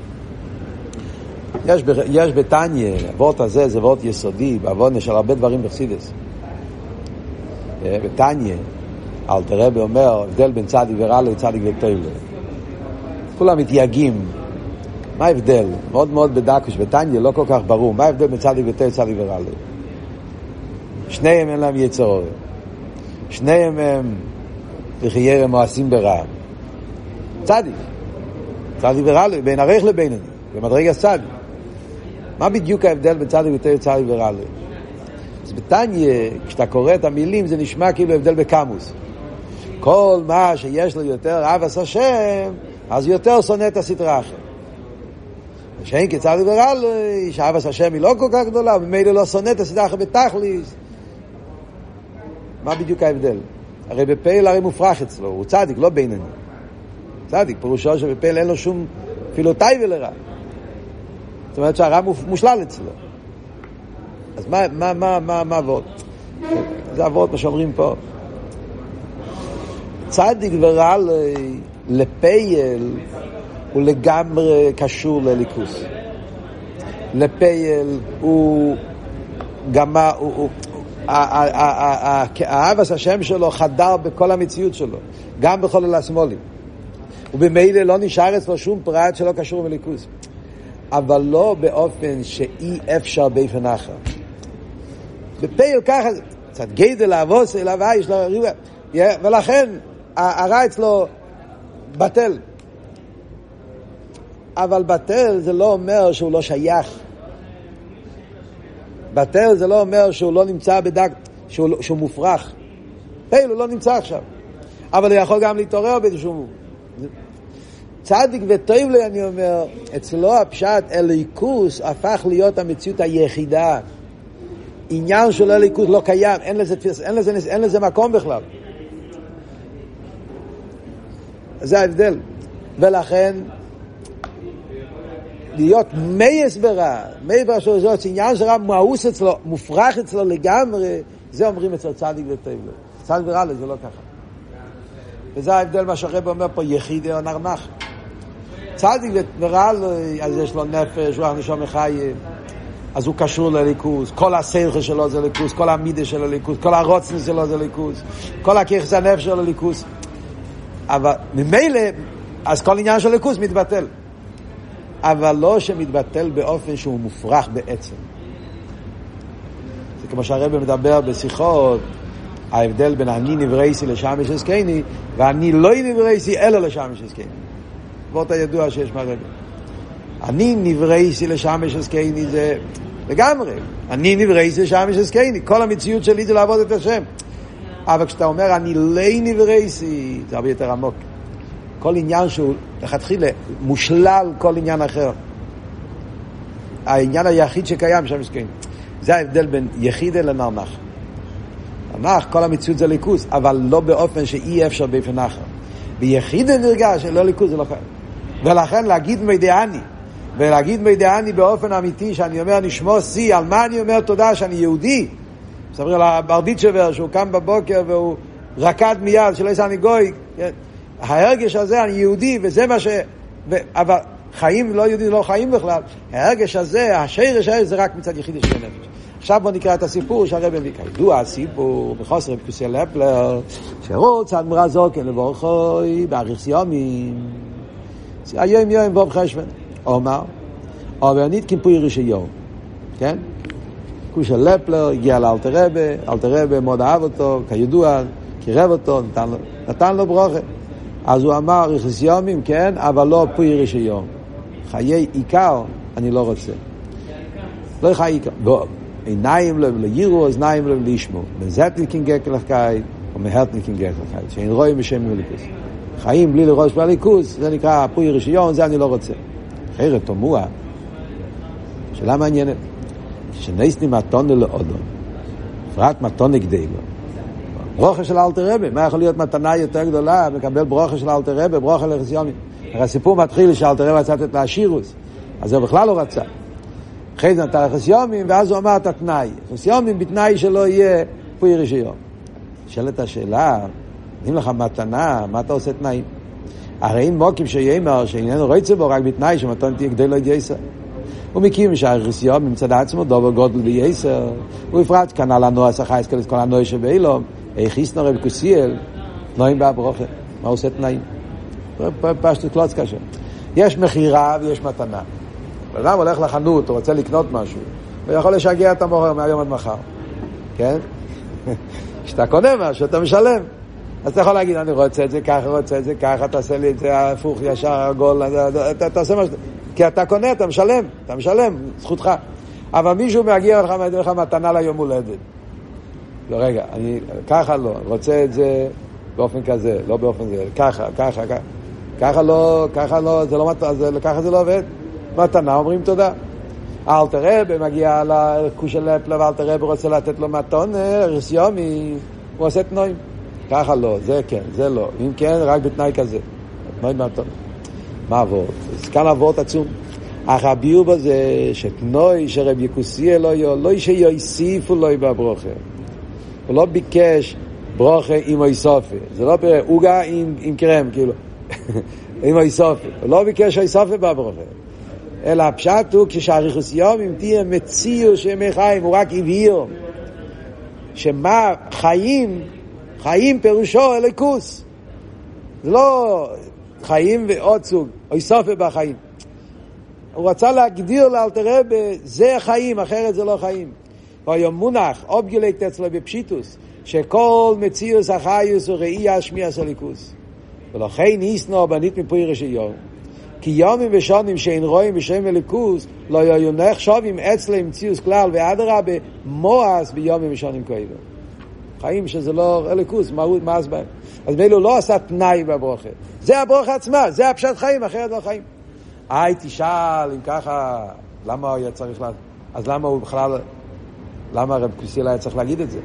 יש, יש בתניה, הוורט הזה זה וורט יסודי, בעוונה של הרבה דברים בחסידס. בתניה, אלתר רבי אומר, הבדל בין צדיק ורע לצדיק וטוב. כולם מתייגים. מה ההבדל? מאוד מאוד בדקוש, בתניה לא כל כך ברור. מה ההבדל בין צדיק וטוב וצדיק ורע? שניהם אין להם יצור. שניהם הם לחייר הם מועשים ברע. צדיק. צדיק ורע, בין ערך לבינני. במדרגה צדיק. מה בדיוק ההבדל בין צדיק וטוב וצדיק ורע? אז בתניה, כשאתה קורא את המילים, זה נשמע כאילו הבדל בקמוס. כל מה שיש לו יותר אהבת השם, אז יותר שונא את הסדרה אחרת. שאין כצדיק ורע, שאהבת השם היא לא כל כך גדולה, ומילא לא שונא את הסדרה אחרת בתכליס. מה בדיוק ההבדל? הרי בפעיל הרי מופרח אצלו, הוא צדיק, לא בינני. צדיק, פירושו שבפעיל אין לו שום אפילו טייבה לרע. זאת אומרת שהרע מושלל אצלו. אז מה, מה, מה, מה, מה עבוד? זה עבוד מה שאומרים פה. צדיק ורע לפייל הוא לגמרי קשור לליכוס. לפייל הוא גם האהבת השם שלו חדר בכל המציאות שלו, גם בכל אל השמאלים, ובמילא לא נשאר אצלו שום פרט שלא קשור לליכוס, אבל לא באופן שאי אפשר באופן אחר. בפייל ככה קצת גדל לעבוס אל הוואי יש לו ריבה, ולכן הרע אצלו בטל. אבל בטל זה לא אומר שהוא לא שייך. בטל זה לא אומר שהוא לא נמצא בדק, שהוא, שהוא מופרח. פייל הוא לא נמצא עכשיו, אבל הוא יכול גם להתעורר באיזשהו צדיק וטוב לי. אני אומר, אצלו הפשט אליקוס הפך להיות המציאות היחידה. עניין של אליקוס לא קיים, אין לזה, אין לזה, אין לזה מקום בכלל. זה ההבדל. ולכן להיות מייס ברע, מייס ברע של זאת, עניין של רע מאוס אצלו, מופרח אצלו לגמרי, זה אומרים אצלו צדיק וטוב לי. צדיק ורע לי זה לא ככה. וזה ההבדל מה שהרב אומר פה, יחיד או נרנח. צדיק ורע לי, אז יש לו נפש, רוח נשום חי, אז הוא קשור לליכוס, כל השכל שלו זה ליכוס, כל המידה שלו ליכוס, כל הרוצן שלו זה ליכוס, כל הכיחס הנפש שלו ליכוס. אבל ממילא, אז כל עניין של ליכוס מתבטל. אבל לא שמתבטל באופן שהוא מופרח בעצם. זה כמו שהרב מדבר בשיחות, ההבדל בין אני נברייסי לשמש עסקני, ואני לא נברייסי אלא לשמש עסקני. ועוד הידוע שיש מהרב. אני נברייסי לשמש עסקני זה לגמרי. אני נברייסי לשמש עסקני. כל המציאות שלי זה לעבוד את השם. אבל כשאתה אומר אני לא נברייסי, זה הרבה יותר עמוק. כל עניין שהוא לכתחילה מושלל כל עניין אחר. העניין היחיד שקיים שם עסקני. זה ההבדל בין יחיד לנרנח. נרנח, כל המציאות זה ליכוס, אבל לא באופן שאי אפשר באופן אחר. ביחיד נרגש, לא ליכוס, זה לא קיים. ולכן להגיד מידעני, ולהגיד מידעני באופן אמיתי, שאני אומר נשמור סי, על מה אני אומר תודה שאני יהודי. מספר על הברדיצ'בר שהוא קם בבוקר והוא רקד מיד שלא יסע אני גוי, ההרגש הזה אני יהודי וזה מה ש... ו... אבל חיים לא יהודי לא חיים בכלל. ההרגש הזה, השרש הזה זה רק מצד יחיד של נפש. עכשיו בוא נקרא את הסיפור שהרב מביא כידוע, הסיפור בחוסר פקוסי לפלר שרוץ אדמו"ר הזקן לברכוי באריכות ימים היום יום בוב חשבון אומר אבל נתקין פה ירשיון, כן? קושה לפלר הגיע לאלתר רבי, אלתר רבי מאוד אהב אותו, כידוע, קירב אותו, נתן לו, נתן לו ברוכה. אז הוא אמר, ריחס יומים, כן, אבל לא פוי רישיון. חיי עיקר, אני לא רוצה. לא חיי עיקר. בוא, עיניים לב לירו, אוזניים לב לישמו. בזאת ניקין גק לחקאי, או מהרת ניקין גק לחקאי. שאין רואים בשם מליכוס. חיים בלי לראש בליכוס, זה נקרא פוי רישיון, זה אני לא רוצה. אחרת תמוה, שאלה מעניינת. שנייסני מתונה לאודון, פרט מתונה גדלו. ברוכה של אלתר רבי, מה יכול להיות מתנה יותר גדולה? מקבל ברוכה של אלתר רבי, ברוכה לריחס יומים. הסיפור מתחיל שאלתר רבי רצה לתת לעשירוס, אז זה בכלל לא רצה. אחרי זה נתן ריחס יומים, ואז הוא אמר את התנאי. ריחס יומים בתנאי שלא יהיה פוי רישיון. שאלת השאלה, נותנים לך מתנה, מה אתה עושה תנאים? הרי אם מוקים שיאמר שאיננו רוצה בו רק בתנאי שמתון תהיה גדלו את יסר. הוא מקים שהריחס יומים מצד עצמו דובר גודל ביסר. הוא הפרט כאן על הנועס החייס כל כל הנועס שבאילום. היחיס נורא בקוסיאל, נועים בהברוכה. מה עושה תנאים? פשטות קלוץ קשה. יש מחירה ויש מתנה. אדם הולך לחנות, הוא רוצה לקנות משהו, הוא יכול לשגע את המוכר מהיום עד מחר. כן? כשאתה קונה משהו, אתה משלם. אז אתה יכול להגיד, אני רוצה את זה ככה, רוצה את זה ככה, תעשה לי את זה הפוך, ישר, עגול, אתה תעשה משהו. כי אתה קונה, אתה משלם, אתה משלם, זכותך. אבל מישהו מגיע לך, מגיע לך מתנה ליום הולדת. לא, רגע, אני ככה לא, רוצה את זה באופן כזה, לא באופן זה, ככה, ככה, ככה. ככה לא, ככה לא, זה לא מתנה, זה, ככה זה לא עובד. מתנה, אומרים תודה. אלתר רבי מגיע לקושה לפלר, אלתר רבי רוצה לתת לו מתנה, ריחס יומי, הוא עושה תנועים. ככה לא, זה כן, זה לא. אם כן, רק בתנאי כזה. תנועים מתנה. מה עבוד? אז כאן עבוד עצום. אך הביאו בזה שתנוי שרב יקוסי אלוהיו לא שיוסיפו לו בברוכה. הוא לא ביקש ברוכה עם איסופי, זה לא פרק, עוגה עם, עם קרם כאילו עם איסופי, הוא לא ביקש איסופי בברוכה, אלא הפשט הוא כשהריחוס יומים תהיה מציאו שימי חיים, הוא רק הבהיר שמה חיים, חיים פירושו אליקוס, זה לא חיים ועוד סוג איסופי בחיים. הוא רצה להגדיר לאלתר רבי זה חיים, אחרת זה לא חיים. והיום מונח אובגילקט אצלו בפשיטוס שכל מציאוס החיוס הוא ראי השמיע סליקוס, ולכן ישנו בנית מפוירה של יום, כי יומים ושונים שאין רואים בשם אליקוס לא יונח שווים אצלם מציאוס כלל ואדרבה מואס ביומים ושונים כאלה חיים שזה לא אליקוס, מהות מאס בהם. אז מילא לא עשה תנאי בברוכה, זה הברוכה עצמה, זה הפשט חיים, אחרת לא חיים. היי תשאל אם ככה למה הוא היה צריך לה... אז למה הוא בכלל, למה רב קוסיאל היה צריך להגיד את זה?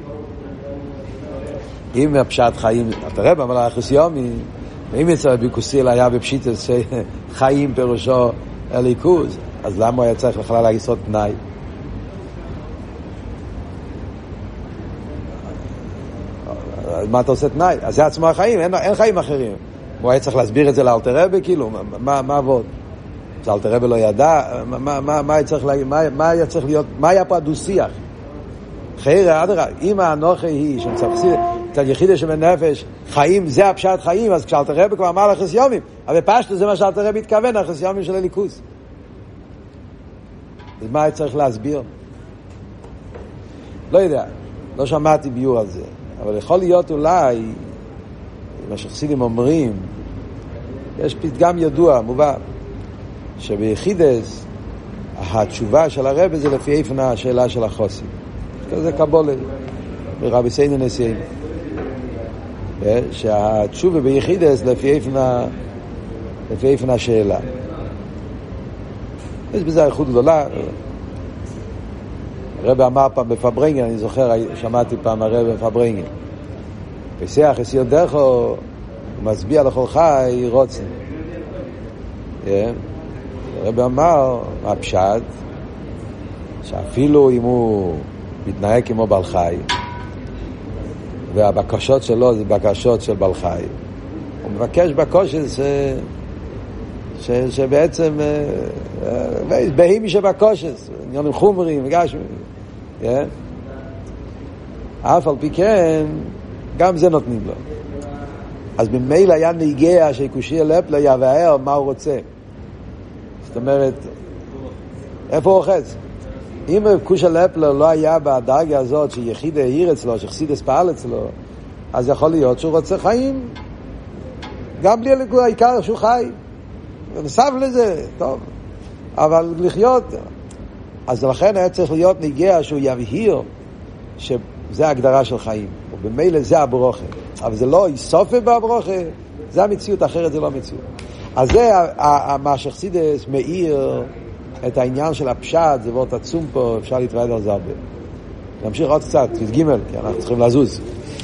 אם הפשט חיים, אתה רואה אבל החוסיומי, אם רב קוסיאל היה בפשיטת חיים פירושו אליקוס, אז למה הוא היה צריך בכלל להגיד עוד תנאי? מה אתה עושה תנאי? אז זה עצמו החיים, אין, אין חיים אחרים. הוא היה צריך להסביר את זה לאלתר רבי, כאילו, מה, מה עבוד? אז אלתר רבי לא ידע, מה, מה, מה, היה צריך להגיד, מה, מה היה צריך להיות, מה היה פה הדו-שיח? חיירה, אדרה, אם האנוכי היא, שמצפסי, את היחידה שבנפש, חיים, זה הפשט חיים, אז כשאלתר רבי כבר אמר לחס יומים, אבל פשטו זה מה שאלתר רבי התכוון, לחס יומים של הליכוס. אז מה היה צריך להסביר? לא יודע, לא שמעתי ביור על זה. אבל יכול להיות אולי, מה שחסידים אומרים, יש פתגם ידוע, מובן, שביחידס, התשובה של הרב זה לפי איפן השאלה של החוסים. כזה קבולה, ברבי סיינו נשיאים. שהתשובה ביחידס לפי איפן, לפי איפן השאלה. יש בזה איכות גדולה. הרב אמר פעם בפברנגן, אני זוכר, שמעתי פעם הרב בפברנגן, פסח יסיוד דרכו, הוא מצביע לכל חי רוצן. הרב אמר, מה פשט, שאפילו אם הוא מתנהג כמו בעל חי, והבקשות שלו זה בקשות של בעל חי, הוא מבקש בקושת ש... ש... שבעצם בהימי שבקושת, עניינים חומרים, וגשמים, אף על פי כן גם זה נותנים לו. אז במילא היה נגיע שיקושי לפלה יבהר מה הוא רוצה, זאת אומרת איפה הוא אוחז. אם קושי לפלה לא היה בדרגה הזאת שיחיד העיר אצלו, שחסידס פעל אצלו, אז יכול להיות שהוא רוצה חיים גם בלי הלגוע, העיקר שהוא חי ונוסף לזה טוב, אבל לחיות. אז לכן היה צריך להיות נגיע שהוא יבהיר שזה ההגדרה של חיים, ובמילא זה הברוכה, אבל זה לא איסופה בברוכה, זה המציאות, אחרת זה לא מציאות. אז זה מה שחסידס מאיר את העניין של הפשט, זה וורט עצום פה, אפשר להתוועד על זה הרבה. נמשיך עוד קצת, תסג' כי אנחנו צריכים לזוז.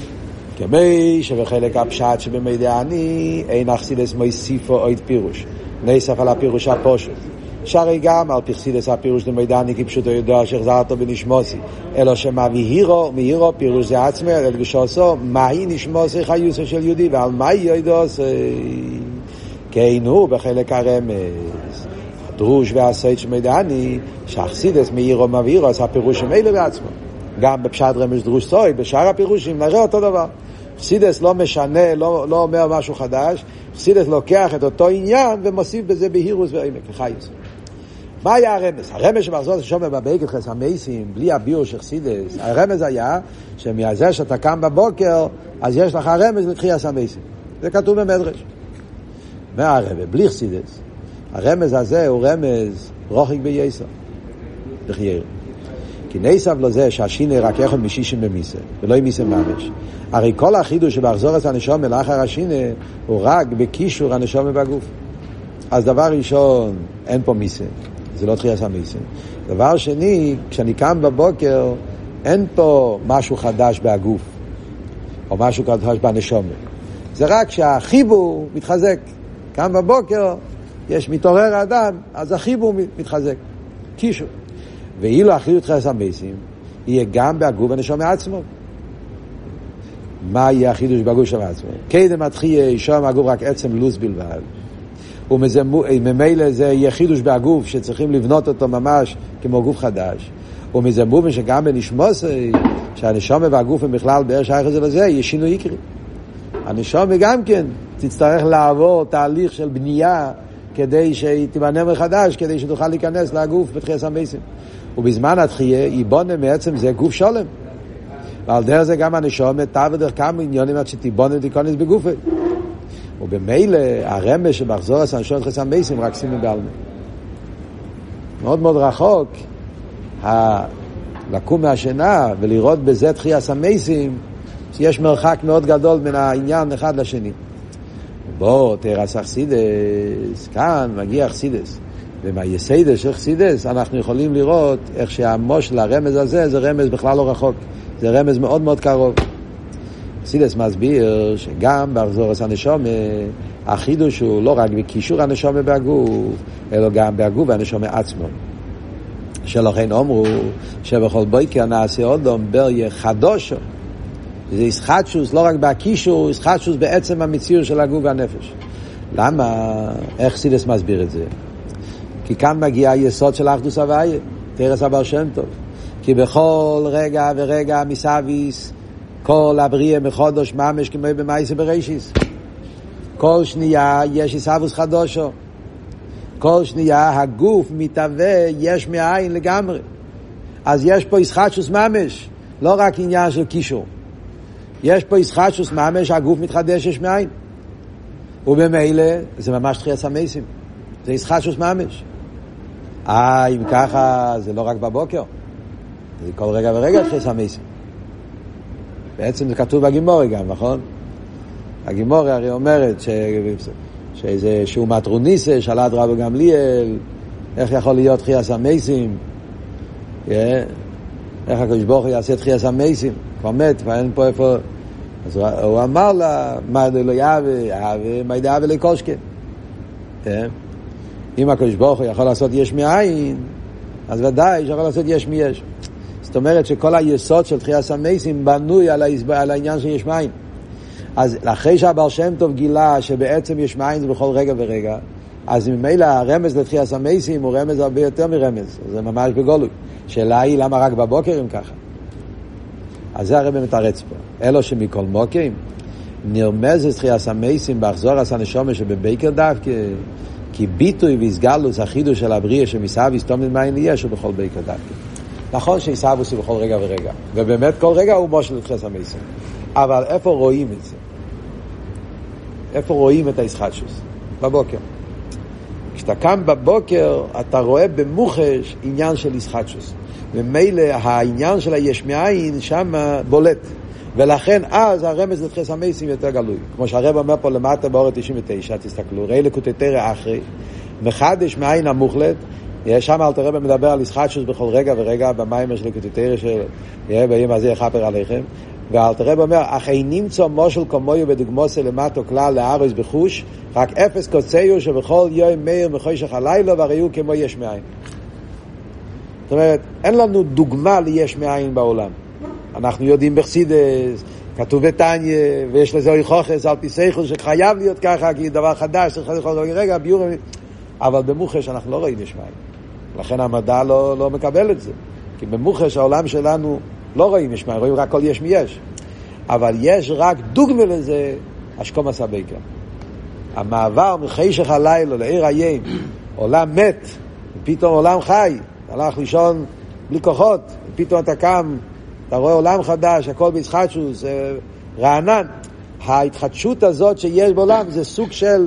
כמי שבחלק הפשט שבמידע אני אין החסידס מוסיפו עוד פירוש, נסף על הפירוש הפושט, שהרי גם על פרסידס הפירוש דמידעני כי פשוט יודע שחזרתו בנשמוסי, אלא שמבהירו מהירו פירוש זה עצמי אל גשוסו מהי נשמוסי חיוסו של יהודי ועל מהי ידעוסי. כן הוא בחלק הרמז הדרוש והסייד שמדעני שהחסידס מהירו מבהירו אז הפירוש שמאלה בעצמו, גם בפשט רמז דרוש סוי בשאר הפירושים נראה אותו דבר. חסידס לא משנה, לא, לא אומר משהו חדש, חסידס לוקח את אותו עניין ומוסיף בזה בהירוס ועמק וחייס. מה היה הרמז? הרמז שמחזור ששומע בבקת חס המייסים בלי הביור של חסידס, הרמז היה שמזה שאתה קם בבוקר אז יש לך הרמז לתחיית המייסים, זה כתוב במדרש. מה הרמז? בלי חסידס הרמז הזה הוא רמז רוחק בייסר בחייר, כי נסב לו זה שהשינה רק אחד משישים במיסה ולא עם מיסה ממש. הרי כל החידוש שבאחזור את הנשום לאחר השינה הוא רק בקישור הנשום בגוף. אז דבר ראשון אין פה מיסה, זה לא תחיית המיסה. דבר שני, כשאני קם בבוקר אין פה משהו חדש בגוף או משהו חדש בנשום, זה רק שהחיבור מתחזק. קם בבוקר יש מתעורר האדם, אז החיבור מתחזק. קישור. ואילו החיבור תחס המסים, יהיה גם בהגוף הנשמה עצמו. מה יהיה החידוש בהגוף של עצמו? קדם מתחיל שם הגוף רק עצם לוס בלבד. וממילא זה יהיה חידוש בהגוף שצריכים לבנות אותו ממש כמו גוף חדש. ומזה מובן שגם בנשמוס, שהנשמה והגוף הם בכלל בערך שייך זה לזה, יש שינוי עיקרי. הנשמה גם כן תצטרך לעבור תהליך של בנייה כדי שהיא תיבנה מחדש, כדי שתוכל להיכנס לגוף בתחיית המסים. ובזמן התחייה היא בונה מעצם זה גוף שולם. ועל דרך זה גם הנשמה תעבור דרך כמה עניונים עד שתיבונה ותיכנס בגופה. ובמילא הרמז שבחזור הסנשון תחיית המסים רק שימו בעלמה. מאוד מאוד רחוק ה... לקום מהשינה ולראות בזה תחיית המסים, שיש מרחק מאוד גדול בין העניין אחד לשני. בוא תרס אכסידס, כאן מגיע אכסידס. ומהיסיידס של אכסידס אנחנו יכולים לראות איך שהמוש לרמז הזה זה רמז בכלל לא רחוק. זה רמז מאוד מאוד קרוב. אכסידס מסביר שגם באחזורס הנשמה, החידוש הוא לא רק בקישור הנשמה בהגוף, אלא גם בהגוף והנשמה עצמו. שלכן אומרו שבכל בוקר נעשה אודום בריה חדושו. זה ישחטשוס לא רק בקישור, ישחטשוס בעצם המציאות של הגוף והנפש. למה? איך סידס מסביר את זה? כי כאן מגיע היסוד של האחדוס הוויה, תרס הבר שם טוב. כי בכל רגע ורגע מסביס, כל הבריאה מחודש ממש כמו במאיסה בראשיס. כל שנייה יש ישבוס חדושו. כל שנייה הגוף מתהווה יש מאין לגמרי. אז יש פה ישחטשוס ממש, לא רק עניין של קישור. יש פה ישחטשוס ממש, הגוף מתחדש יש מאין. ובמילא זה ממש תחיית המסים. זה ישחטשוס ממש. אה, אם ככה זה לא רק בבוקר. זה כל רגע ורגע תחיית המסים. בעצם זה כתוב בגימורי גם, נכון? הגימורי הרי אומרת ש... שאיזה שהוא מטרוניסה, שלט רבי גמליאל, איך יכול להיות תחיית המסים? איך הקדוש ברוך הוא יעשה תחיית המסים? כבר מת, ואין פה איפה... אז הוא אמר לה, מה זה לא יאווה, יאווה, מה ידעה ולקושקה. אם הקדוש ברוך הוא יכול לעשות יש מאין, אז ודאי שיכול לעשות יש מיש. זאת אומרת שכל היסוד של תחיית המסים בנוי על העניין של יש מאין. אז אחרי שהבר שם טוב גילה שבעצם יש מאין זה בכל רגע ורגע, אז ממילא הרמז לתחיית המסים הוא רמז הרבה יותר מרמז. זה ממש בגולוי. שאלה היא למה רק בבוקר אם ככה? אז זה הרב מתרץ פה. אלו שמכל מוקים נרמז את תחיית המסים באחזור הנשמה שבבקר דווקא, כי ביטוי והסגלוס החידוש של הבריאה שמסביב סתומים מאין יש בכל בקר דווקא. נכון שיסבוס הוא בכל רגע ורגע, ובאמת כל רגע הוא מושל לתחיית המסים. אבל איפה רואים את זה? איפה רואים את הישחטשוס? בבוקר. כשאתה קם בבוקר אתה רואה במוחש עניין של ישחטשוס. ומילא העניין של היש מאין שם בולט. ולכן אז הרמז לתחיית המסים יותר גלוי. כמו שהרב אומר פה למטה באור תשעים ותשע, תסתכלו, ראי לקוטטריה אחרי, מחדש מאין המוחלט, שם אלתר רבי מדבר על ישחטשוס בכל רגע ורגע, במיימר של לקוטטריה של יהיה ביום הזה יחפר עליכם, ואלתר רבי אומר, אך אין נמצא מושל כמוהו בדוגמוסה למטו כלל לארץ בחוש, רק אפס קוצאו שבכל יום מאיר מחושך הלילה והראו כמו יש מאין. זאת אומרת, אין לנו דוגמה ליש מאין בעולם. אנחנו יודעים בחסידס, כתוב בתניא, ויש לזה הוכחה על פי שכל שחייב להיות ככה, כי דבר חדש, רגע, ביור, אבל במוחש אנחנו לא רואים יש מאין. לכן המדע לא, לא מקבל את זה. כי במוחש העולם שלנו לא רואים יש מאין, רואים רק כל יש מיש. אבל יש רק דוגמה לזה, אשכום הסביקה. המעבר מחשך הלילה לעיר היום, עולם מת, ופתאום עולם חי, הלך לישון בלי כוחות, ופתאום אתה קם, אתה רואה עולם חדש, הכל בישחטשוס, רענן. ההתחדשות הזאת שיש בעולם זה סוג של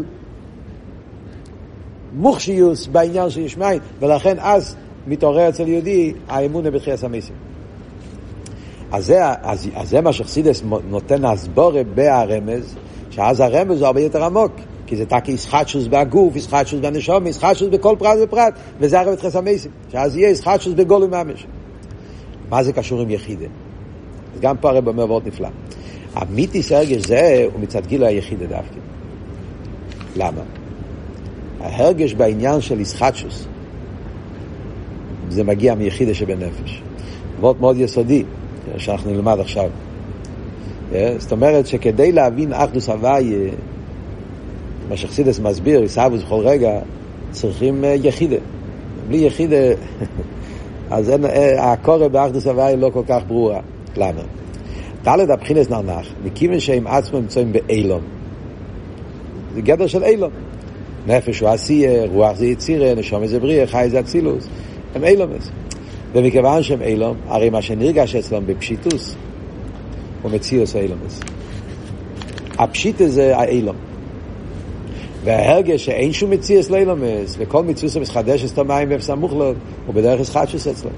מוחשיוס בעניין של יש מאין, ולכן אז מתעורר אצל יהודי האמונה בתחיית המסים. אז זה, אז, אז זה מה שחסידס נותן הסבורה בהרמז, שאז הרמז הוא הרבה יותר עמוק, כי זה תקי ישחטשוס בהגוף, ישחטשוס בנשמה, ישחטשוס בכל פרט ופרט, וזה הרי בתחיית המסים, שאז יהיה ישחטשוס בגולוי ממש. מה זה קשור עם יחידה? אז גם פה הרי אומר וורט נפלא. המיתיס הרגש זה הוא מצד גילו היחידה דווקא. למה? ההרגש בעניין של ישחטשוס, זה מגיע מיחידה שבנפש. מאוד מאוד יסודי, שאנחנו נלמד עכשיו. זאת אומרת שכדי להבין אחדוס הוויה, מה שחסידס מסביר, ישאבוס בכל רגע, צריכים יחידה. בלי יחידה, אז אין, הקורא באחדוס הוויה לא כל כך ברורה. למה? תלת הבחינס נרנח, מכיוון שהם עצמם נמצאים באילום. זה גדר של אילום. נפש הוא עשייה, רוח זה יצירה, נשום זה בריאה, חי זה אצילוס. הם אילומס. ומכיוון שהם אילום, הרי מה שנרגש אצלם בפשיטוס, הוא מציאוס האילומס. הפשיט זה האילום. וההרגש שאין שום מציאוס לאילומס, וכל מציאוס המסחדש את המים ואפס המוחלט, הוא בדרך ישחטשוס אצלם.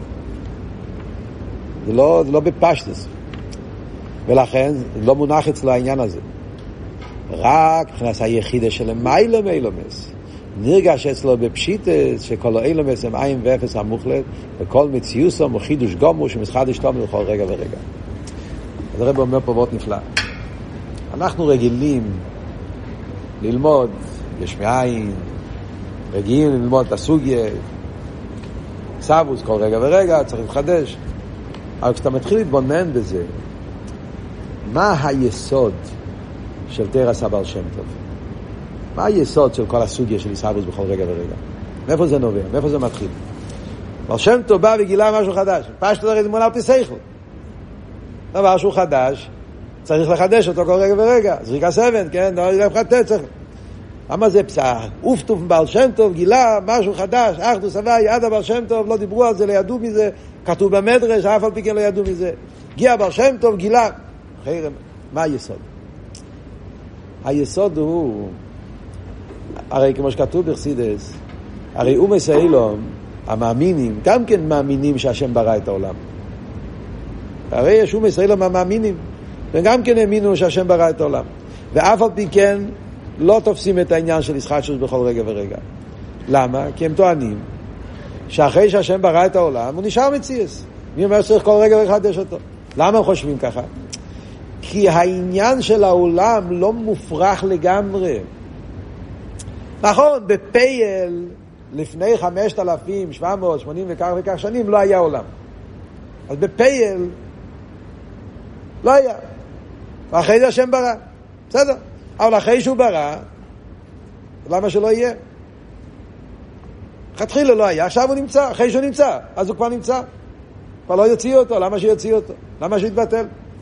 זה לא, זה לא בפשטוס. ולכן לא מונח אצלו העניין הזה. רק מבחינת היחידה של המיילום אילומס. נרגש אצלו בפשיטס שכל האילומס הם עין ואפס המוחלט, וכל מציאוסם הוא חידוש גמור שמסחדש תומר בכל רגע ורגע. אז הרב אומר פה מאוד נפלא. אנחנו רגילים ללמוד יש מאין, רגילים ללמוד את הסוגיה, סבוס כל רגע ורגע, צריך לחדש. אבל כשאתה מתחיל להתבונן בזה, מה היסוד של תרס הבעל שם טוב? מה היסוד של כל הסוגיה של סבוס בכל רגע ורגע? מאיפה זה נובע? מאיפה זה מתחיל? בעל שם טוב בא וגילה משהו חדש. פשט הרי זה מונע פתיסייכו. דבר שהוא חדש, צריך לחדש אותו כל רגע ורגע. זריקה סבן, כן? לא יודע לך תצח. למה זה פסח? אופטוף בעל שם טוב גילה משהו חדש, אחדוס הוויה, עד הבעל שם טוב, לא דיברו על זה, לא ידעו מזה, כתוב במדרש, אף על פי כן לא ידעו מזה. הגיע הבעל שם טוב גילה. חיירם, מה היסוד? היסוד הוא, הרי כמו שכתוב בחסידס, הרי אומס האילום, המאמינים, גם כן מאמינים שהשם ברא את העולם. הרי יש אומס האילום המאמינים, וגם כן האמינו שהשם ברא את העולם. ואף על פי כן, לא תופסים את העניין של ישחטשוס בכל רגע ורגע. למה? כי הם טוענים שאחרי שהשם ברא את העולם, הוא נשאר מציאס. מי אומר שצריך כל רגע לחדש אותו? למה הם חושבים ככה? כי העניין של העולם לא מופרך לגמרי. נכון, בפייל, לפני חמשת אלפים שבע מאות שמונים וכך וכך שנים, לא היה עולם. אז בפייל, לא היה. ואחרי זה השם ברא. בסדר. אבל אחרי שהוא ברא, למה שלא יהיה? התחילה לא היה, עכשיו הוא נמצא, אחרי שהוא נמצא, אז הוא כבר נמצא. כבר לא יוציא אותו, למה שיוציא אותו? למה שיתבטל?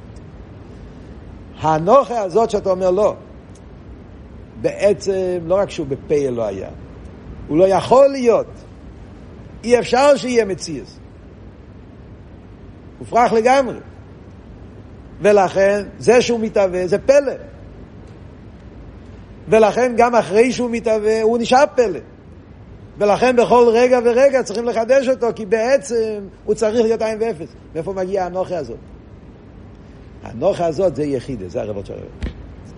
הנוחה הזאת שאתה אומר לא, בעצם לא רק שהוא בפייל לא היה, הוא לא יכול להיות. אי אפשר שיהיה מציאס. הוא פרח לגמרי. ולכן, זה שהוא מתהווה, זה פלא. ולכן גם אחרי שהוא מתהווה, הוא נשאר פלא. ולכן בכל רגע ורגע צריכים לחדש אותו, כי בעצם הוא צריך להיות עין ואפס. מאיפה מגיעה הנוחה הזאת? הנוחה הזאת זה יחידה, זה הרבות של הרבות.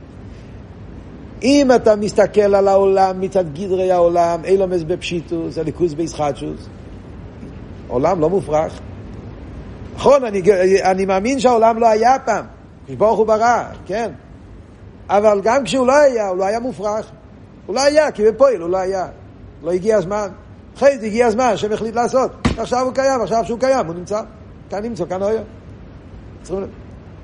אם אתה מסתכל על העולם מצד גדרי העולם, אילומס בפשיטוס, הליכוס בישחטשוס, עולם לא מופרך. נכון, אני, אני מאמין שהעולם לא היה פעם. כשברוך הוא ברא, כן. אבל גם כשהוא לא היה, הוא לא היה מופרך. הוא לא היה, כי בפועל הוא לא היה. לא הגיע הזמן. אחרי זה הגיע הזמן שהם החליט לעשות. עכשיו הוא קיים, עכשיו שהוא קיים, הוא נמצא. כאן נמצא, כאן לא היה. צריכים לב.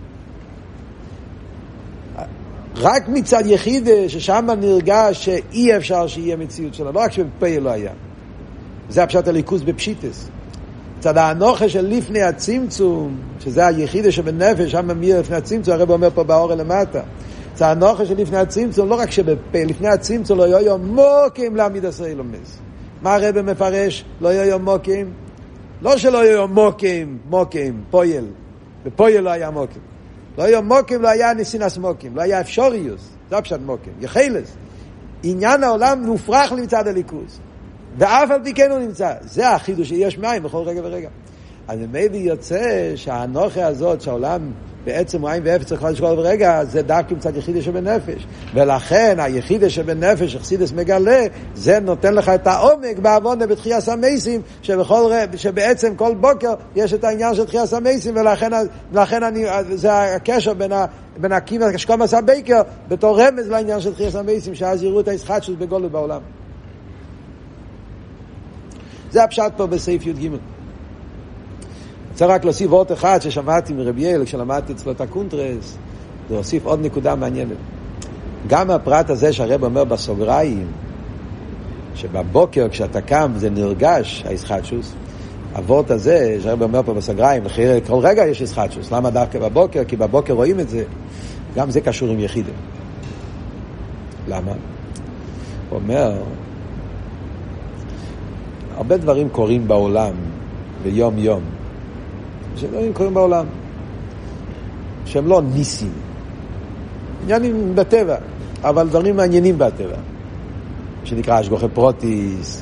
רק מצד יחיד ששם נרגש שאי אפשר שיהיה מציאות שלו. לא רק שבפועל לא היה. זה הפשט הליכוס בפשיטס. מצד האנוכה של לפני הצמצום, שזה היחיד שבנפש, שם מי לפני הצמצום, הרב אומר פה באור למטה. זה הנוחה של לפני הצמצום, לא רק שלפני הצמצום לא יהיו מוקים להעמיד עשרה אילומס. מה הרב מפרש? לא יהיו מוקים? לא שלא יהיו מוקים, מוקים, פויל. בפויל לא היה מוקים. לא יהיו מוקים, לא היה ניסינס מוקים. לא היה אפשוריוס. זה פשט מוקים. יחילס. עניין העולם מופרך למצד הליכוז. ואף על פי כן הוא נמצא. זה החידוש שיש מים בכל רגע ורגע. אז ממילא יוצא שהנוחה הזאת שהעולם בעצם הוא עין ואפס צריך כל ורגע, זה דווקא מצד יחידה שבנפש. ולכן היחידה שבנפש, חסידס מגלה, זה נותן לך את העומק בעוונה בתחייס המייסים, שבכל, שבעצם כל בוקר יש את העניין של תחייס המייסים, ולכן לכן אני, זה הקשר בין, ה, בין הקימה, כשקום עשה בייקר, בתור רמז לעניין של תחייס המייסים, שאז יראו את הישחטשוס בגולו בעולם. זה הפשט פה בסעיף י"ג. רוצה רק להוסיף עוד אחד ששמעתי מרבי יעל כשלמדתי אצלו את הקונטרס, זה הוסיף עוד נקודה מעניינת. גם הפרט הזה שהרב אומר בסוגריים, שבבוקר כשאתה קם זה נרגש הישחטשוס, הוורט הזה שהרב אומר פה בסוגריים, כל רגע יש ישחטשוס. למה דווקא בבוקר? כי בבוקר רואים את זה, גם זה קשור עם יחידה. למה? הוא אומר, הרבה דברים קורים בעולם ביום יום, שדברים קורים בעולם שהם לא ניסים, עניינים בטבע, אבל דברים מעניינים בטבע, שנקרא השגוחי פרוטיס,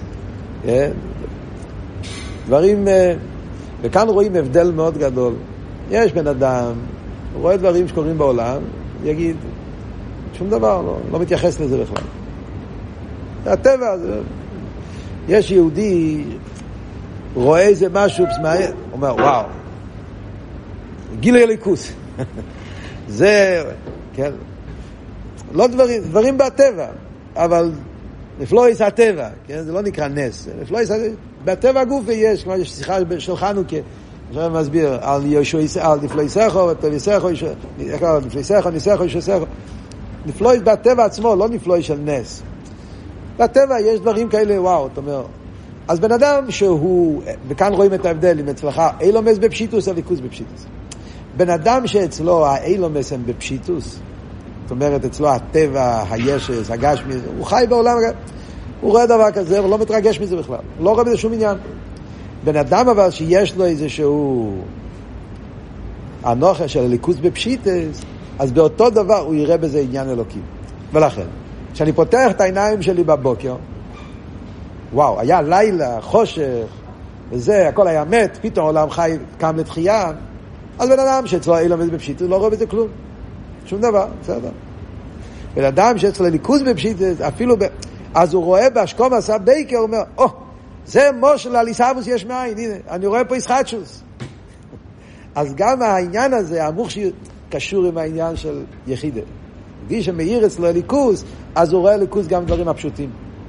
דברים, וכאן רואים הבדל מאוד גדול. יש בן אדם, הוא רואה דברים שקורים בעולם, יגיד שום דבר, לא, לא מתייחס לזה בכלל. הטבע, זה... יש יהודי רואה איזה משהו, הוא אומר, וואו, גיל הליכוס. זה, כן, לא דברים, דברים בטבע, אבל נפלויס הטבע, כן, זה לא נקרא נס, נפלויס הטבע, בטבע הגוף יש, כמו יש שיחה של חנוכה, עכשיו אני מסביר, על ישוע, על נפלויסךו, ותביסךו, נפלויסךו, ניסךו, ישועסךו, נפלויס בטבע עצמו, לא נפלויס של נס. בטבע יש דברים כאלה, וואו, אתה אומר, אז בן אדם שהוא, וכאן רואים את ההבדל, אם אצלך אילומס בפשיטוס, הליכוס בפשיטוס. בן אדם שאצלו האילומס הם בפשיטוס, זאת אומרת, אצלו הטבע, הישס, הגשמי, הוא חי בעולם, הוא רואה דבר כזה, הוא לא מתרגש מזה בכלל, הוא לא רואה בזה שום עניין. בן אדם אבל שיש לו איזשהו הנוחה של הליכוס בפשיטוס, אז באותו דבר הוא יראה בזה עניין אלוקי. ולכן, כשאני פותח את העיניים שלי בבוקר, וואו, היה לילה, חושך, וזה, הכל היה מת, פתאום עולם חי קם לתחייה, אז בן אדם שאצלו אילומס בפשיטוס לא רואה בזה כלום, שום דבר, בסדר. בן אדם שאצלו ליכוז בפשיטוס, אפילו ב... אז הוא רואה באשכום עשה בייקר, הוא אומר, או, oh, זה מושל על איסאבוס יש מאין, הנה, אני רואה פה ישחטשוס. אז גם העניין הזה, המוחשי, קשור עם העניין של יחידה. די שמאיר אצלו ליכוז, אז הוא רואה ליכוז גם דברים הפשוטים.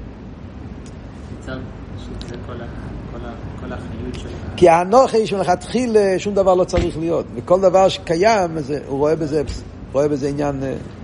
זה כל החיות שלך. כי האנוכי שמלכתחילה שום דבר לא צריך להיות, וכל דבר שקיים, הוא רואה בזה, רואה בזה עניין